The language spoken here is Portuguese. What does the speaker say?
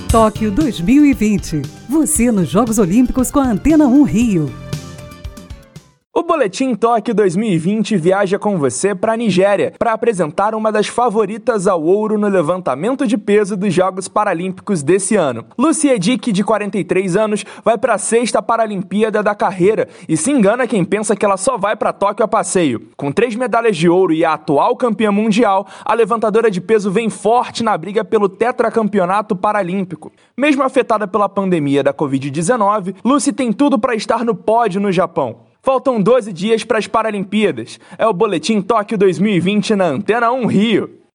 Tóquio 2020. Você nos Jogos Olímpicos com a Antena 1 Rio. O Boletim Tóquio 2020 viaja com você para a Nigéria para apresentar uma das favoritas ao ouro no levantamento de peso dos Jogos Paralímpicos desse ano. Lucy Edick, de 43 anos, vai para a 6ª Paralimpíada da carreira e se engana quem pensa que ela só vai para Tóquio a passeio. Com 3 medalhas de ouro e a atual campeã mundial, a levantadora de peso vem forte na briga pelo tetracampeonato paralímpico. Mesmo afetada pela pandemia da Covid-19, Lucy tem tudo para estar no pódio no Japão. Faltam 12 dias para as Paralimpíadas. É o Boletim Tóquio 2020 na Antena 1 Rio.